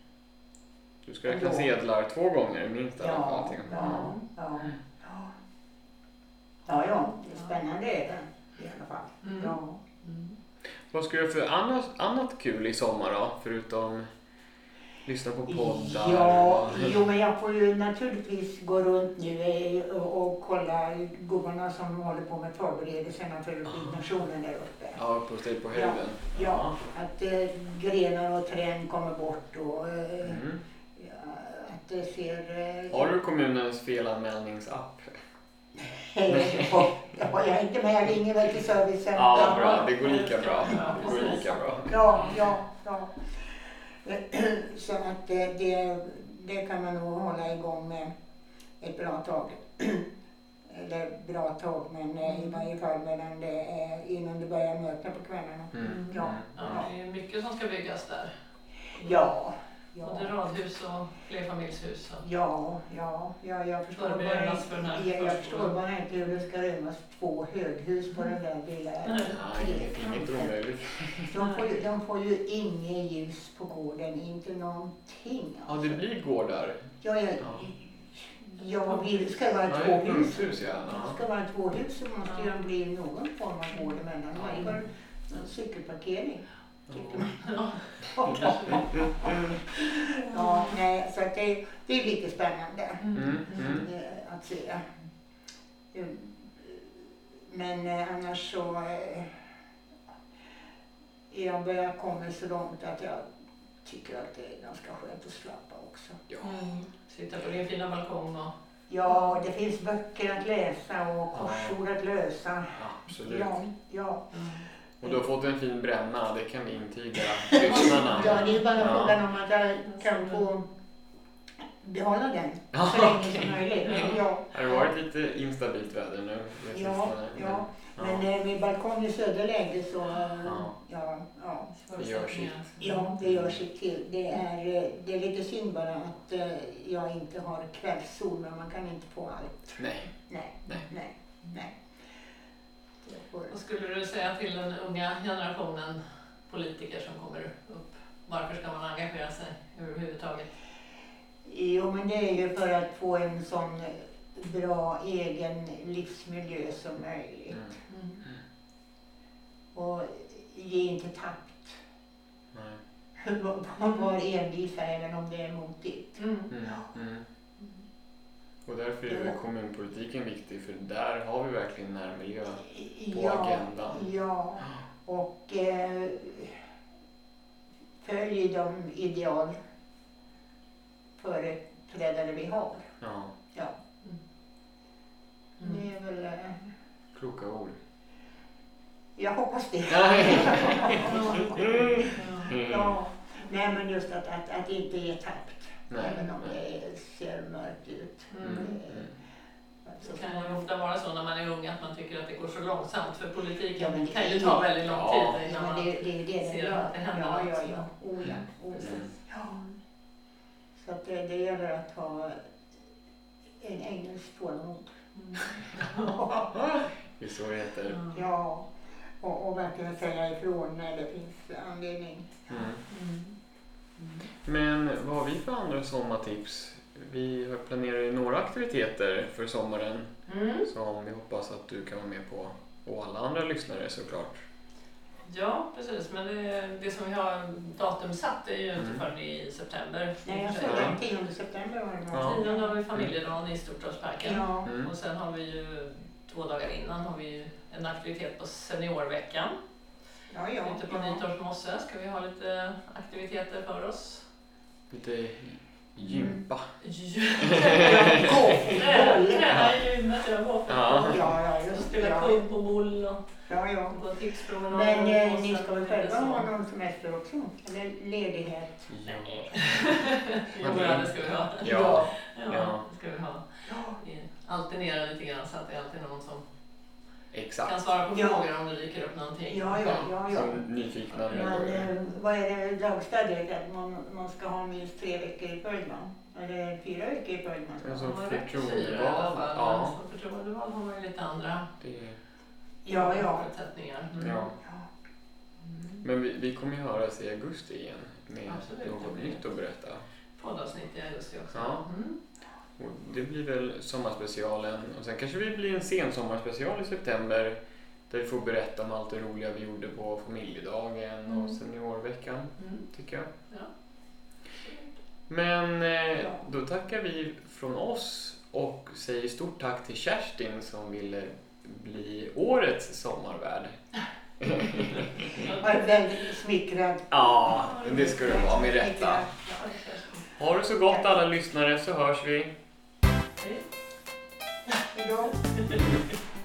Speaker 1: Du ska räkna sedlar två gånger minst i alla fall.
Speaker 3: Ja,
Speaker 1: tänker jag.
Speaker 3: ja, ja, ja. Ja, ja, det är spännande är det i alla fall.
Speaker 2: Mm.
Speaker 3: Ja.
Speaker 2: Mm.
Speaker 1: Vad ska du för annat, annat kul i sommar då? Förutom lyssna på poddar?
Speaker 3: Ja, jo, men jag får ju naturligtvis gå runt nu eh, och, och kolla gubbarna som håller på med förberedelserna för byggnationen där uppe.
Speaker 1: Ja, uppe hos dig på höjden.
Speaker 3: Ja, att eh, grenar och träd kommer bort och eh,
Speaker 1: Mm.
Speaker 3: ja, att det ser... Eh,
Speaker 1: Har du kommunens felanmälningsapp?
Speaker 3: eh, det har jag inte med, jag ringer väl till servicen.
Speaker 1: Ja, bra. Det går lika bra.
Speaker 2: Ja,
Speaker 1: Det går lika bra.
Speaker 3: Ja, ja, ja. Så att det, det, det kan man nog hålla igång med ett bra tag. Eller bra tag, men eh, i varje fall medan det är, innan det börjar mörkna på kvällarna.
Speaker 1: Mm.
Speaker 3: Ja.
Speaker 2: Ja, det är mycket som ska byggas där.
Speaker 3: Ja, ja.
Speaker 2: Både radhus och flerfamiljshus. Och...
Speaker 3: Ja, ja, ja, jag förstår, bara
Speaker 2: Förberedas för den här
Speaker 3: inte, jag, jag
Speaker 2: förskolan.
Speaker 3: förstår bara inte hur det ska rymmas två höghus på den där lilla...
Speaker 2: Nej.
Speaker 1: Nej, inget omöjligt.
Speaker 3: De får, ju, de får ju inget ljus på gården, inte någonting.
Speaker 1: Ja, det blir gårdar.
Speaker 3: Ja, jag,
Speaker 1: Ja.
Speaker 3: jag vill, det ska vara
Speaker 1: Ja,
Speaker 3: två
Speaker 1: ett
Speaker 3: hus.
Speaker 1: hus, ja.
Speaker 3: Det ska vara två hus så måste
Speaker 2: Ja.
Speaker 3: ju de bli någon form av gård emellan. Det var ju bara en cykelparkering. Tycker man. Ja, nej, så att det, det är lite spännande
Speaker 2: Mm.
Speaker 1: Mm. Mm.
Speaker 3: eh, att se. Eh, Men eh, annars så eh, jag börjar komma så långt att jag tycker att det är ganska skönt att slappa också.
Speaker 1: Ja.
Speaker 2: Mm. Sitta på din fina balkong och...
Speaker 3: Ja, det finns böcker att läsa och korsord att lösa.
Speaker 1: Absolut.
Speaker 3: Ja, ja.
Speaker 2: Mm.
Speaker 1: Och du har fått en fin bränna, det kan vi intyga lyssnarna.
Speaker 3: Ja, det är bara
Speaker 1: Ja.
Speaker 3: frågan om att jag kan få behålla den
Speaker 1: Ja,
Speaker 3: så länge
Speaker 1: okej.
Speaker 3: som möjligt. Ja,
Speaker 1: Har det varit lite instabilt väder nu? det
Speaker 3: ja,
Speaker 1: sistone?
Speaker 3: ja.
Speaker 1: Ja.
Speaker 3: Men eh, med balkong i söderläge så eh,
Speaker 1: Ja.
Speaker 3: ja, ja.
Speaker 1: Det gör sitt.
Speaker 3: Ja, det gör sitt till. Det är, eh, det är lite synd bara att eh, jag inte har kvällssol, men man kan inte få allt.
Speaker 1: Nej.
Speaker 3: Nej,
Speaker 1: Nej.
Speaker 3: nej, nej. Det får-
Speaker 2: Vad skulle du säga till den unga generationen politiker som kommer upp? Varför ska man engagera sig överhuvudtaget?
Speaker 3: Jo, men det är ju för att få en sån bra egen livsmiljö som möjligt.
Speaker 1: Mm.
Speaker 2: Mm.
Speaker 3: Och ge inte tappt.
Speaker 1: Nej.
Speaker 3: Var var envisa även om det är motigt.
Speaker 2: Mm.
Speaker 1: Mm. Mm. Och därför är väl kommunpolitiken viktig, för där har vi verkligen närmiljö på
Speaker 3: Ja,
Speaker 1: agendan.
Speaker 3: ja. Och eh, följ de ideal företrädare vi har.
Speaker 1: Ja,
Speaker 3: Ja,
Speaker 2: Mm.
Speaker 3: det är väl... Eh,
Speaker 1: kloka ord.
Speaker 3: jag hoppas det.
Speaker 1: Nej.
Speaker 3: Ja, Nej, men just att, att, att inte ge tappt.
Speaker 1: Nej,
Speaker 3: Även om
Speaker 1: nej.
Speaker 3: det ser mörkt ut.
Speaker 2: Mm.
Speaker 3: Det-
Speaker 2: Så det kan ju ofta vara så när man är ung att man tycker att det går så långsamt för politiken
Speaker 3: Ja, men det
Speaker 2: kan
Speaker 3: är
Speaker 2: ju
Speaker 3: ju-
Speaker 2: ta väldigt lång
Speaker 1: Ja.
Speaker 2: tid
Speaker 3: Ja,
Speaker 2: innan
Speaker 3: men
Speaker 2: man...
Speaker 3: det, det är ju det det
Speaker 2: ser
Speaker 3: gör.
Speaker 2: att det händer
Speaker 3: Ja,
Speaker 2: något.
Speaker 3: ja, ja. Oh, ja. Oh, ja.
Speaker 1: Mm.
Speaker 3: Ja. Så att det, det gäller att ha en engelsk tålamod.
Speaker 1: Det är så det heter.
Speaker 2: Mm.
Speaker 3: Ja, och, och verkligen säga ifrån när det finns anledning.
Speaker 1: Mm.
Speaker 2: Mm.
Speaker 1: Men vad har vi för andra sommartips? Vi har planerat ju några aktiviteter för sommaren
Speaker 2: Mm.
Speaker 1: som vi hoppas att du kan vara med på. Och alla andra lyssnare såklart.
Speaker 2: Ja, precis. Men det, det som vi har datumsatt är ju inte
Speaker 1: Mm.
Speaker 2: förrän i september.
Speaker 3: Nej, jag
Speaker 1: Ja.
Speaker 3: såg den tionde september var det
Speaker 1: Ja.
Speaker 3: va?
Speaker 2: tionde har vi familjedagen i Storstadsparken.
Speaker 3: Ja.
Speaker 1: Mm.
Speaker 2: Och sen har vi ju två dagar innan har vi ju en aktivitet på seniorveckan.
Speaker 3: Ja, ja.
Speaker 2: Ute på
Speaker 3: ja.
Speaker 2: Nytorpsmosse ska vi ha lite aktiviteter för oss.
Speaker 1: Lite gympa.
Speaker 3: Ja, golfboll.
Speaker 2: Träna i gymmet, jag går för
Speaker 1: Ja.
Speaker 3: Ja, ja, just det.
Speaker 2: spela
Speaker 3: Ja,
Speaker 2: kubb och boll och
Speaker 3: ja. ja.
Speaker 2: gå tipspromenad.
Speaker 3: Men
Speaker 2: och
Speaker 3: eh,
Speaker 2: mossen
Speaker 3: ni ska väl
Speaker 2: och
Speaker 3: själva
Speaker 2: lite
Speaker 3: ha
Speaker 2: så.
Speaker 3: någon semester också? Eller ledighet?
Speaker 1: Ja.
Speaker 2: Jo, ja, det ska vi ha.
Speaker 1: Ja.
Speaker 2: Ja,
Speaker 1: Ja.
Speaker 2: det ska vi ha.
Speaker 3: Ja.
Speaker 2: Vi alternerar lite grann så att det är alltid någon som kan
Speaker 1: Exakt.
Speaker 2: svara på
Speaker 3: Ja.
Speaker 2: frågor om det dyker upp någonting.
Speaker 3: Ja, ja, ja. ja.
Speaker 1: Så nyfikna
Speaker 3: Man,
Speaker 1: medborgare.
Speaker 3: eh, vad är det lagstadgat? Att man, man ska ha minst tre veckor i följd, va? Eller fyra veckor i följd man ska
Speaker 1: Alltså,
Speaker 3: ha.
Speaker 2: Ja, det är fyra i alla
Speaker 1: förtroendevald.
Speaker 2: fall.
Speaker 1: Ja.
Speaker 2: Men som förtroendevald har man ju lite andra
Speaker 1: Det,
Speaker 3: Ja, ja.
Speaker 2: förutsättningar. Mm.
Speaker 1: ja.
Speaker 3: Ja.
Speaker 2: Mm.
Speaker 1: Men vi, vi kommer ju höras i augusti igen med
Speaker 2: Absolut, det
Speaker 1: något
Speaker 2: blir
Speaker 1: nytt att berätta.
Speaker 2: Poddavsnitt i augusti också.
Speaker 1: Ja.
Speaker 2: Mm.
Speaker 1: Och det blir väl sommarspecialen och sen kanske det blir en sen sommarspecial i september där vi får berätta om allt det roliga vi gjorde på familjedagen och
Speaker 2: Mm.
Speaker 1: seniorveckan,
Speaker 2: Mm.
Speaker 1: tycker jag.
Speaker 2: Ja.
Speaker 1: Men eh,
Speaker 3: Ja.
Speaker 1: då tackar vi från oss och säger stort tack till Kerstin som ville bli årets sommarvärd.
Speaker 3: Jag är väldigt smickrad.
Speaker 1: Ja, det ska du vara med rätta.
Speaker 3: Smickrad.
Speaker 2: Ja,
Speaker 1: Ha det så gott alla lyssnare så hörs vi.
Speaker 2: Hej.
Speaker 3: Hejdå.